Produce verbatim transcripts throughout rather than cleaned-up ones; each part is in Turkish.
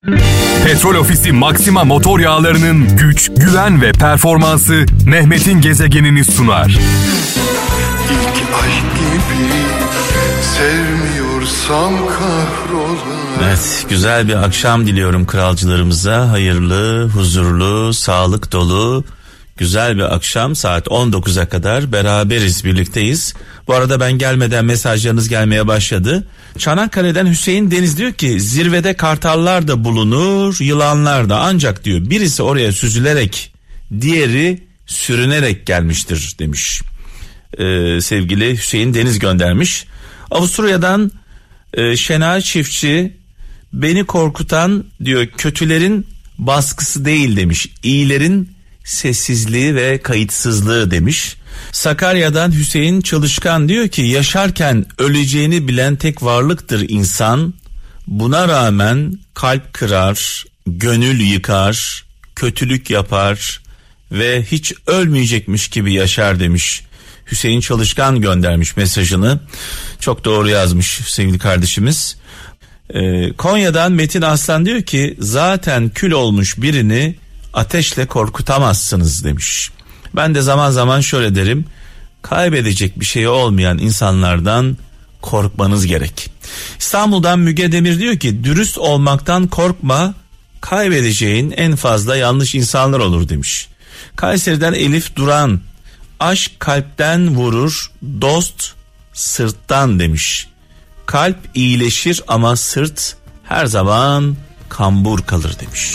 Petrol Ofisi Maxima motor yağlarının güç, güven ve performansı Mehmet'in gezegenini sunar. İlk aşk gibi sevmiyorsam kahrola. Evet, güzel bir akşam diliyorum kralcılarımıza. Hayırlı, huzurlu, sağlık dolu, güzel bir akşam. Saat on dokuza kadar beraberiz, birlikteyiz. Bu arada ben gelmeden mesajlarınız gelmeye başladı. Çanakkale'den Hüseyin Deniz diyor ki zirvede kartallar da bulunur, yılanlar da, ancak diyor birisi oraya süzülerek, diğeri sürünerek gelmiştir demiş. Ee, sevgili Hüseyin Deniz göndermiş. Avusturya'dan e, Şena Çiftçi, beni korkutan diyor kötülerin baskısı değil demiş, iyilerin sessizliği ve kayıtsızlığı demiş. Sakarya'dan Hüseyin Çalışkan diyor ki yaşarken öleceğini bilen tek varlıktır insan. Buna rağmen kalp kırar, gönül yıkar, kötülük yapar ve hiç ölmeyecekmiş gibi yaşar demiş. Hüseyin Çalışkan göndermiş mesajını. Çok doğru yazmış sevgili kardeşimiz. Ee, Konya'dan Metin Aslan diyor ki zaten kül olmuş birini ateşle korkutamazsınız demiş. Ben de zaman zaman şöyle derim, kaybedecek bir şey olmayan insanlardan korkmanız gerek. İstanbul'dan Müge Demir diyor ki dürüst olmaktan korkma, kaybedeceğin en fazla yanlış insanlar olur demiş. Kayseri'den Elif Duran, aşk kalpten vurur, dost sırttan demiş. Kalp iyileşir ama sırt her zaman kambur kalır demiş.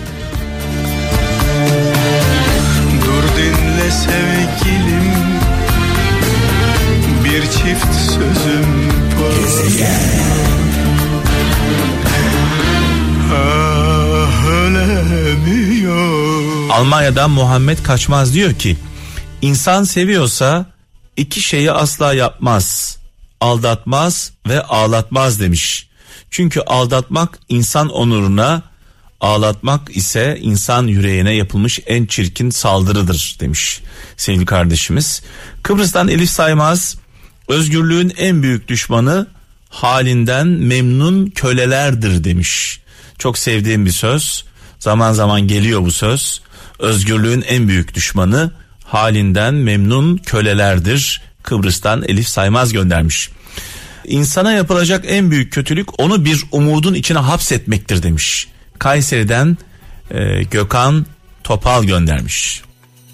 Dinle sevgilim, bir çift sözüm var. Ah, ölemiyor. Almanya'dan Muhammed Kaçmaz diyor ki insan seviyorsa iki şeyi asla yapmaz, aldatmaz ve ağlatmaz demiş. Çünkü aldatmak insan onuruna, ağlatmak ise insan yüreğine yapılmış en çirkin saldırıdır demiş sevgili kardeşimiz. Kıbrıs'tan Elif Saymaz, özgürlüğün en büyük düşmanı halinden memnun kölelerdir demiş. Çok sevdiğim bir söz, zaman zaman geliyor bu söz. Özgürlüğün en büyük düşmanı halinden memnun kölelerdir. Kıbrıs'tan Elif Saymaz göndermiş. İnsana yapılacak en büyük kötülük onu bir umudun içine hapsetmektir demiş. Kayseri'den e, Gökhan Topal göndermiş.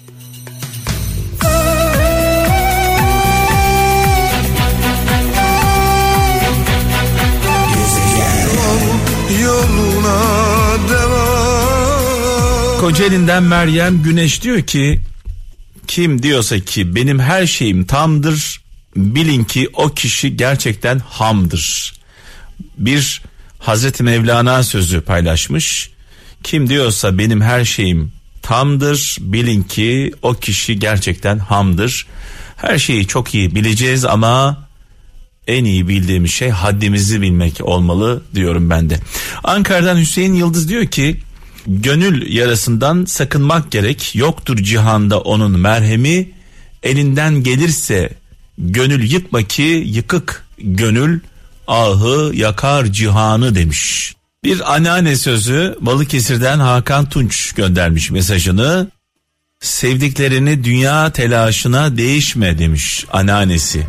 Kocaeli'nden Meryem Güneş diyor ki kim diyorsa ki benim her şeyim tamdır, bilin ki o kişi gerçekten hamdır. Bir Hazreti Mevlana sözü paylaşmış. Kim diyorsa benim her şeyim tamdır, bilin ki o kişi gerçekten hamdır. Her şeyi çok iyi bileceğiz ama en iyi bildiğimiz şey haddimizi bilmek olmalı diyorum ben de. Ankara'dan Hüseyin Yıldız diyor ki gönül yarasından sakınmak gerek. Yoktur cihanda onun merhemi. Elinden gelirse gönül yıkma ki yıkık gönül ahı yakar cihanı demiş. Bir anneanne sözü Balıkesir'den Hakan Tunç göndermiş mesajını. Sevdiklerini dünya telaşına değişme demiş anneannesi.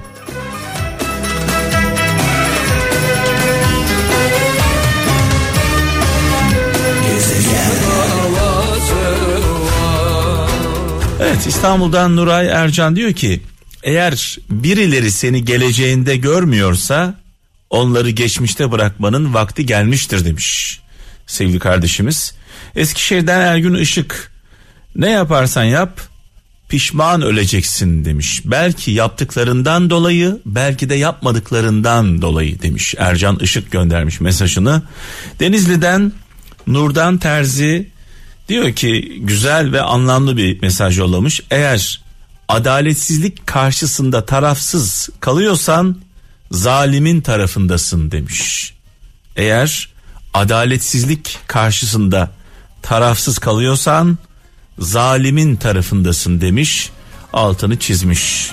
Evet, İstanbul'dan Nuray Ercan diyor ki eğer birileri seni geleceğinde görmüyorsa onları geçmişte bırakmanın vakti gelmiştir demiş sevgili kardeşimiz. Eskişehir'den Ergün Işık, ne yaparsan yap pişman öleceksin demiş. Belki yaptıklarından dolayı, belki de yapmadıklarından dolayı demiş. Ercan Işık göndermiş mesajını. Denizli'den Nurdan Terzi diyor ki güzel ve anlamlı bir mesaj yollamış. Eğer adaletsizlik karşısında tarafsız kalıyorsan zalimin tarafındasın demiş. Eğer adaletsizlik karşısında tarafsız kalıyorsan zalimin tarafındasın demiş, altını çizmiş.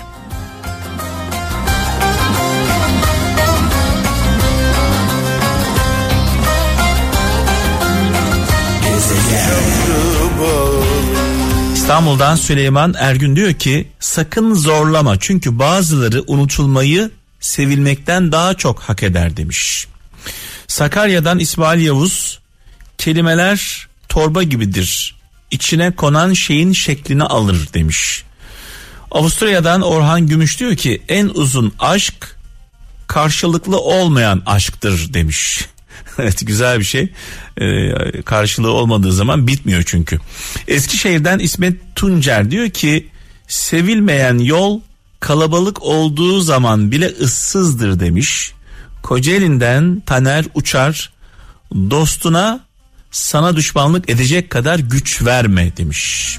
İstanbul'dan Süleyman Ergün diyor ki sakın zorlama çünkü bazıları unutulmayı sevilmekten daha çok hak eder demiş. Sakarya'dan İsmail Yavuz kelimeler torba gibidir. İçine konan şeyin şeklini alır demiş. Avusturya'dan Orhan Gümüş diyor ki en uzun aşk karşılıklı olmayan aşktır demiş. Evet, güzel bir şey. Ee, karşılığı olmadığı zaman bitmiyor çünkü. Eskişehir'den İsmet Tuncer diyor ki sevilmeyen yol kalabalık olduğu zaman bile ıssızdır demiş. Kocaeli'nden Taner Uçar dostuna sana düşmanlık edecek kadar güç verme demiş.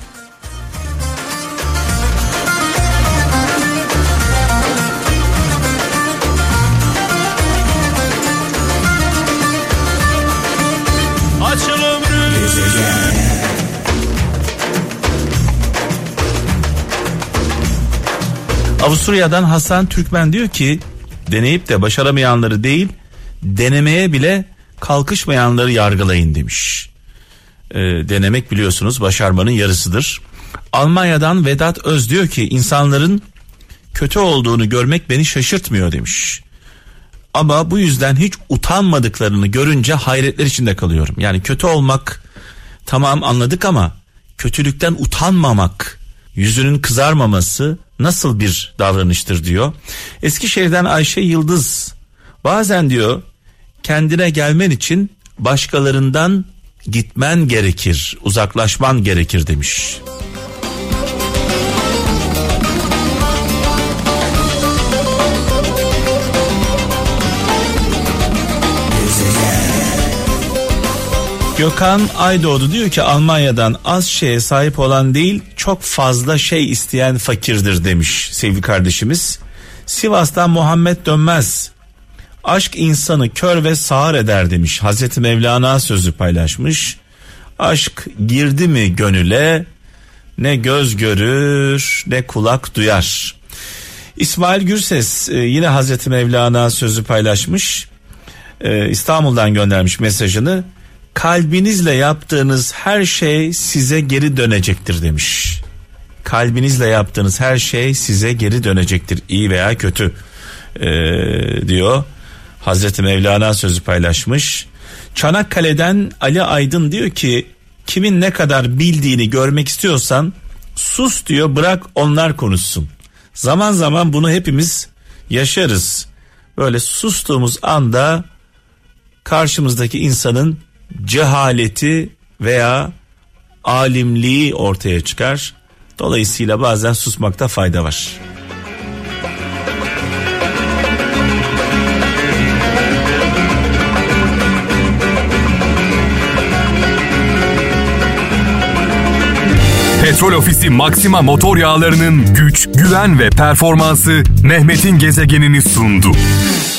Avusturya'dan Hasan Türkmen diyor ki deneyip de başaramayanları değil denemeye bile kalkışmayanları yargılayın demiş. E, denemek biliyorsunuz başarmanın yarısıdır. Almanya'dan Vedat Öz diyor ki insanların kötü olduğunu görmek beni şaşırtmıyor demiş. Ama bu yüzden hiç utanmadıklarını görünce hayretler içinde kalıyorum. Yani kötü olmak tamam anladık ama kötülükten utanmamak, yüzünün kızarmaması nasıl bir davranıştır diyor. Eskişehir'den Ayşe Yıldız bazen diyor kendine gelmen için başkalarından gitmen gerekir, uzaklaşman gerekir demiş. Gökhan Aydoğdu diyor ki Almanya'dan az şeye sahip olan değil çok fazla şey isteyen fakirdir demiş sevgili kardeşimiz. Sivas'tan Muhammed Dönmez aşk insanı kör ve sağır eder demiş. Hazreti Mevlana sözü paylaşmış. Aşk girdi mi gönüle ne göz görür ne kulak duyar. İsmail Gürses yine Hazreti Mevlana sözü paylaşmış. İstanbul'dan göndermiş mesajını. Kalbinizle yaptığınız her şey size geri dönecektir demiş. Kalbinizle yaptığınız her şey size geri dönecektir, iyi veya kötü ee, diyor. Hazreti Mevlana sözü paylaşmış. Çanakkale'den Ali Aydın diyor ki kimin ne kadar bildiğini görmek istiyorsan sus diyor, bırak onlar konuşsun. Zaman zaman bunu hepimiz yaşarız. Böyle sustuğumuz anda karşımızdaki insanın cehaleti veya alimliği ortaya çıkar. Dolayısıyla bazen susmakta fayda var. Petrol Ofisi Maxima motor yağlarının güç, güven ve performansı Mehmet'in gezegenini sundu.